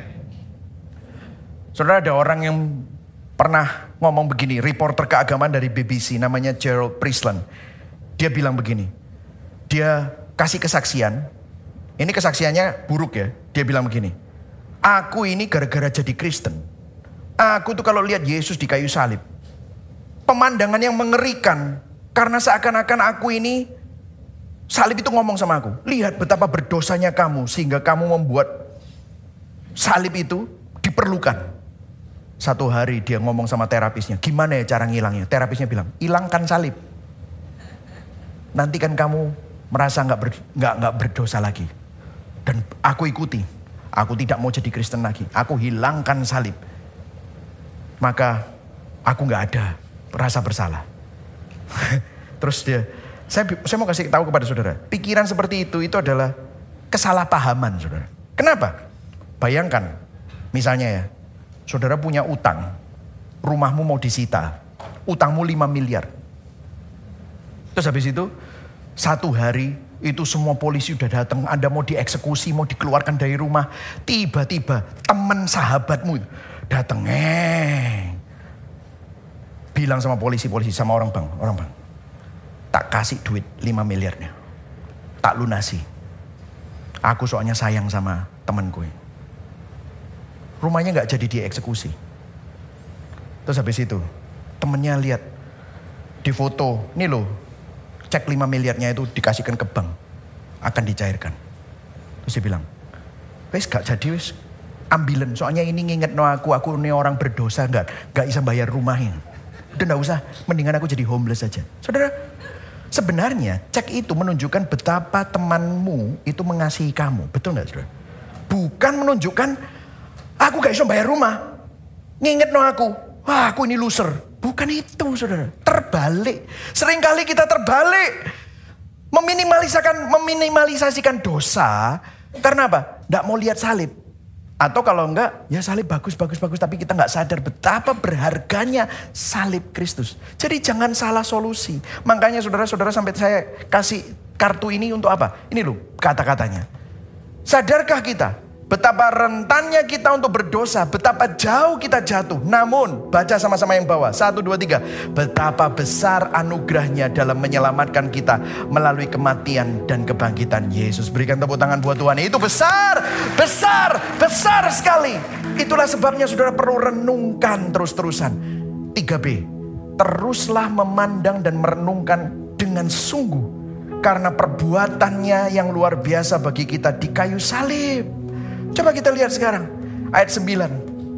Saudara, ada orang yang pernah ngomong begini. Reporter keagamaan dari B B C namanya Gerald Priestland. Dia bilang begini. Dia kasih kesaksian. Ini kesaksiannya buruk ya. Dia bilang begini. Aku ini gara-gara jadi Kristen. Aku tuh kalau lihat Yesus di kayu salib, pemandangan yang mengerikan. Karena seakan-akan aku ini, salib itu ngomong sama aku. Lihat betapa berdosanya kamu, sehingga kamu membuat salib itu diperlukan. Satu hari dia ngomong sama terapisnya, gimana ya cara ngilangnya? Terapisnya bilang, hilangkan salib. Nanti kan kamu merasa gak, ber, gak, gak berdosa lagi. Dan aku ikuti. Aku tidak mau jadi Kristen lagi. Aku hilangkan salib. Maka aku gak ada rasa bersalah. Terus dia, saya, saya mau kasih tahu kepada saudara. Pikiran seperti itu, itu adalah kesalahpahaman saudara. Kenapa? Bayangkan, misalnya ya, saudara punya utang. Rumahmu mau disita. Utangmu lima miliar. Terus habis itu, satu hari itu semua polisi udah datang, Anda mau dieksekusi, mau dikeluarkan dari rumah. Tiba-tiba teman sahabatmu datang, eh, bilang sama polisi-polisi, sama orang bang, orang bang, tak kasih duit lima miliarnya, tak lunasi. Aku soalnya sayang sama temanku. Rumahnya nggak jadi dieksekusi. Terus habis itu temennya lihat di foto, nih loh. Cek lima miliarnya itu dikasihkan ke bank. Akan dicairkan. Terus dia bilang, wes gak jadi wes. Ambilan. Soalnya ini nginget no aku. Aku ini orang berdosa. Gak, gak bisa bayar rumahnya. Udah gak usah. Mendingan aku jadi homeless aja. Saudara, sebenarnya cek itu menunjukkan betapa temanmu itu mengasihi kamu. Betul gak saudara? Bukan menunjukkan aku gak bisa bayar rumah. Nginget no aku. Wah, aku ini loser. Bukan itu, saudara. Terbalik. Seringkali kita terbalik. Meminimalisasikan, meminimalisasikan dosa. Karena apa? Nggak mau lihat salib. Atau kalau enggak, ya salib bagus, bagus, bagus. Tapi kita nggak sadar betapa berharganya salib Kristus. Jadi jangan salah solusi. Makanya saudara-saudara sampai saya kasih kartu ini untuk apa? Ini loh kata-katanya. Sadarkah kita betapa rentannya kita untuk berdosa, betapa jauh kita jatuh. Namun, baca sama-sama yang bawah. Satu, dua, tiga. Betapa besar anugerahnya dalam menyelamatkan kita melalui kematian dan kebangkitan Yesus. Berikan tepuk tangan buat Tuhan. Itu besar, besar, besar sekali. Itulah sebabnya saudara perlu renungkan terus-terusan. tiga B. Teruslah memandang dan merenungkan dengan sungguh. Karena perbuatannya yang luar biasa bagi kita di kayu salib. Coba kita lihat sekarang. Ayat sembilan.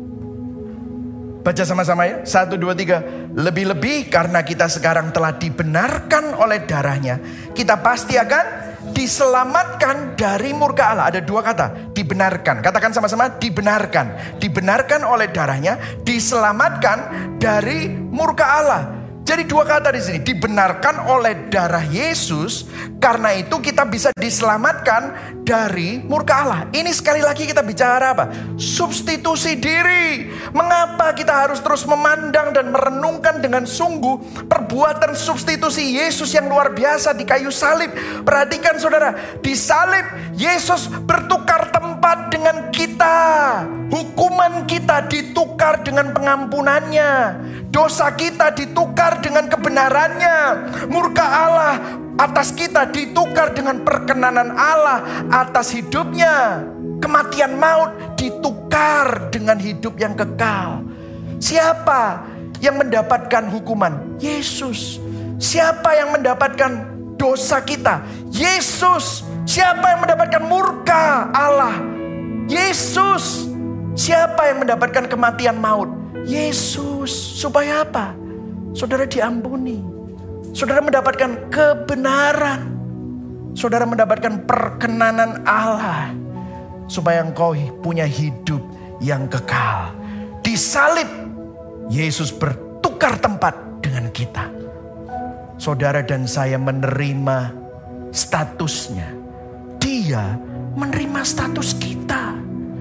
Baca sama-sama ya. Satu, dua, tiga. Lebih-lebih karena kita sekarang telah dibenarkan oleh darahnya. Kita pasti akan diselamatkan dari murka Allah. Ada dua kata. Dibenarkan. Katakan sama-sama. Dibenarkan. Dibenarkan oleh darahnya. Diselamatkan dari murka Allah. Jadi dua kata di sini, dibenarkan oleh darah Yesus, karena itu kita bisa diselamatkan dari murka Allah. Ini sekali lagi kita bicara apa? Substitusi diri. Mengapa kita harus terus memandang dan merenungkan dengan sungguh perbuatan substitusi Yesus yang luar biasa di kayu salib? Perhatikan saudara, di salib Yesus bertukar tempat dengan kita. Hukuman kita ditukar dengan pengampunannya. Dosa kita ditukar dengan kebenarannya. Murka Allah atas kita ditukar dengan perkenanan Allah atas hidupnya. Kematian maut ditukar dengan hidup yang kekal. Siapa yang mendapatkan hukuman? Yesus. Siapa yang mendapatkan dosa kita? Yesus. Siapa yang mendapatkan murka Allah? Yesus. Siapa yang mendapatkan kematian maut? Yesus. Supaya apa? Saudara diampuni. Saudara mendapatkan kebenaran. Saudara mendapatkan perkenanan Allah. Supaya engkau punya hidup yang kekal. Di salib Yesus bertukar tempat dengan kita. Saudara dan saya menerima statusnya. Dia menerima status kita.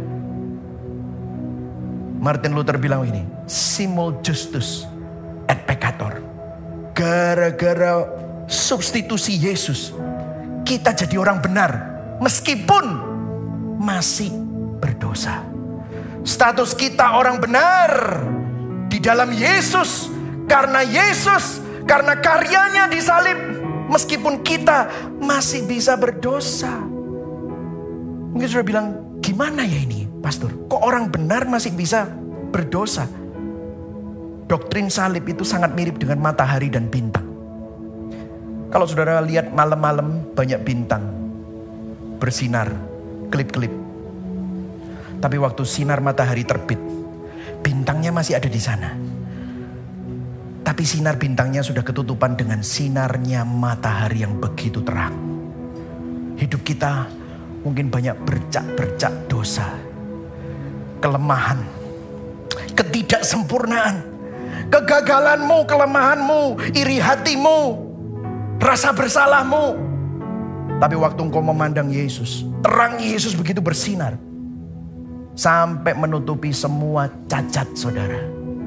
Martin Luther bilang ini, simul justus et peccator. Gara-gara substitusi Yesus, kita jadi orang benar meskipun masih berdosa. Status kita orang benar di dalam Yesus, karena Yesus, karena karyanya di salib, meskipun kita masih bisa berdosa. Mungkin sudah bilang, gimana ya ini pastor? Kok orang benar masih bisa berdosa? Doktrin salib itu sangat mirip dengan matahari dan bintang. Kalau saudara lihat malam-malam banyak bintang bersinar, kelip-kelip. Tapi waktu sinar matahari terbit, bintangnya masih ada di sana. Tapi sinar bintangnya sudah ketutupan dengan sinarnya matahari yang begitu terang. Hidup kita mungkin banyak bercak-bercak dosa, kelemahan, ketidaksempurnaan, kegagalanmu, kelemahanmu, iri hatimu, rasa bersalahmu. Tapi waktu engkau memandang Yesus, terang Yesus begitu bersinar, sampai menutupi semua cacat saudara,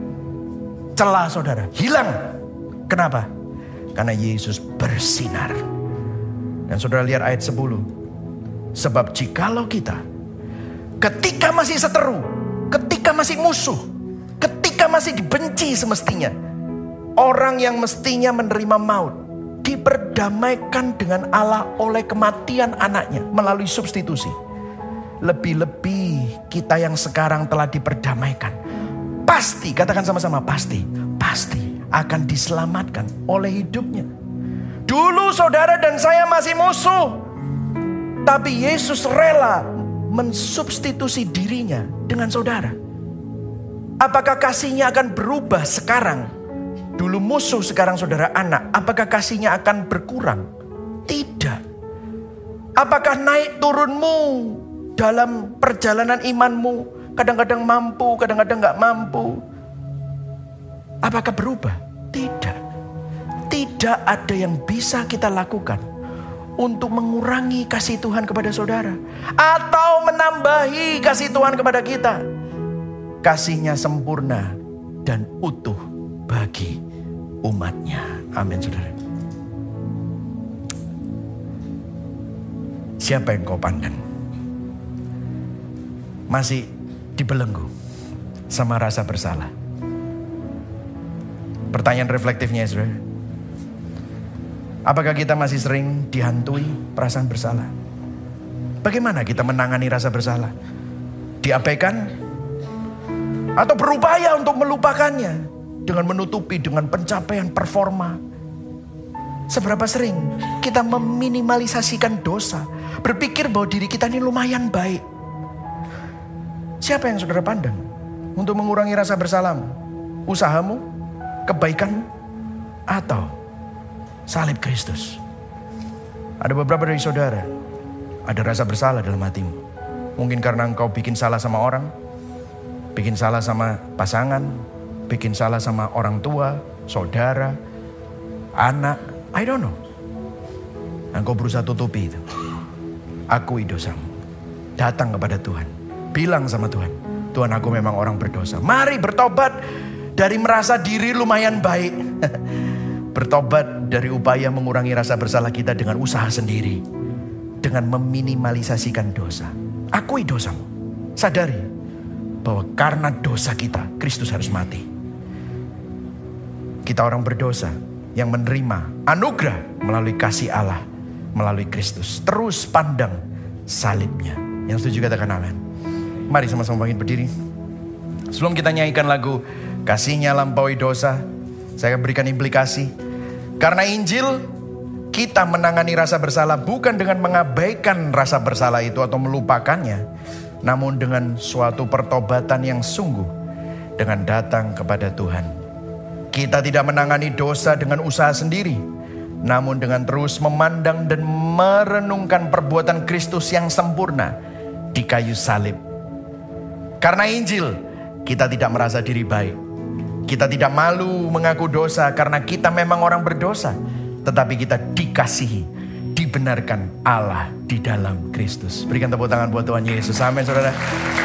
celah saudara, hilang. Kenapa? Karena Yesus bersinar. Dan saudara lihat ayat sepuluh. Sebab jikalau kita ketika masih seteru, ketika masih musuh, ketika masih dibenci semestinya, orang yang mestinya menerima maut diperdamaikan dengan Allah oleh kematian anaknya melalui substitusi. Lebih-lebih kita yang sekarang telah diperdamaikan, pasti, katakan sama-sama, pasti, pasti akan diselamatkan oleh hidupnya. Dulu saudara dan saya masih musuh, tapi Yesus rela mensubstitusi dirinya dengan saudara. Apakah kasihnya akan berubah sekarang? Dulu musuh, sekarang saudara anak. Apakah kasihnya akan berkurang? Tidak. Apakah naik turunmu dalam perjalanan imanmu kadang-kadang mampu, kadang-kadang gak mampu. Apakah berubah? Tidak. Tidak ada yang bisa kita lakukan untuk mengurangi kasih Tuhan kepada saudara, atau menambahi kasih Tuhan kepada kita. Kasihnya sempurna dan utuh bagi umatnya. Amin, saudara. Siapa yang kau pandang? Masih dibelenggu sama rasa bersalah? Pertanyaan reflektifnya, saudara. Apakah kita masih sering dihantui perasaan bersalah? Bagaimana kita menangani rasa bersalah? Diabaikan? Atau berupaya untuk melupakannya dengan menutupi, dengan pencapaian performa? Seberapa sering kita meminimalisasikan dosa, berpikir bahwa diri kita ini lumayan baik? Siapa yang saudara pandang untuk mengurangi rasa bersalahmu? Usahamu? Kebaikanmu? Atau salib Kristus? Ada beberapa dari saudara, ada rasa bersalah dalam hatimu. Mungkin karena engkau bikin salah sama orang, bikin salah sama pasangan, bikin salah sama orang tua, saudara, anak, I don't know. Engkau berusaha tutupi itu. Akui dosamu. Datang kepada Tuhan. Bilang sama Tuhan, Tuhan, aku memang orang berdosa. Mari bertobat dari merasa diri lumayan baik. Bertobat dari upaya mengurangi rasa bersalah kita dengan usaha sendiri. Dengan meminimalisasikan dosa. Akui dosamu. Sadari bahwa karena dosa kita, Kristus harus mati. Kita orang berdosa yang menerima anugerah melalui kasih Allah, melalui Kristus. Terus pandang salibnya. Yang setuju katakan amin. Mari sama-sama bangkit berdiri. Sebelum kita nyanyikan lagu Kasihnya Lampaui Dosa, saya akan berikan implikasi. Karena Injil, kita menangani rasa bersalah bukan dengan mengabaikan rasa bersalah itu atau melupakannya, namun dengan suatu pertobatan yang sungguh, dengan datang kepada Tuhan. Kita tidak menangani dosa dengan usaha sendiri, namun dengan terus memandang dan merenungkan perbuatan Kristus yang sempurna di kayu salib. Karena Injil, kita tidak merasa diri baik. Kita tidak malu mengaku dosa karena kita memang orang berdosa. Tetapi kita dikasihi, dibenarkan Allah di dalam Kristus. Berikan tepuk tangan buat Tuhan Yesus. Amin, saudara.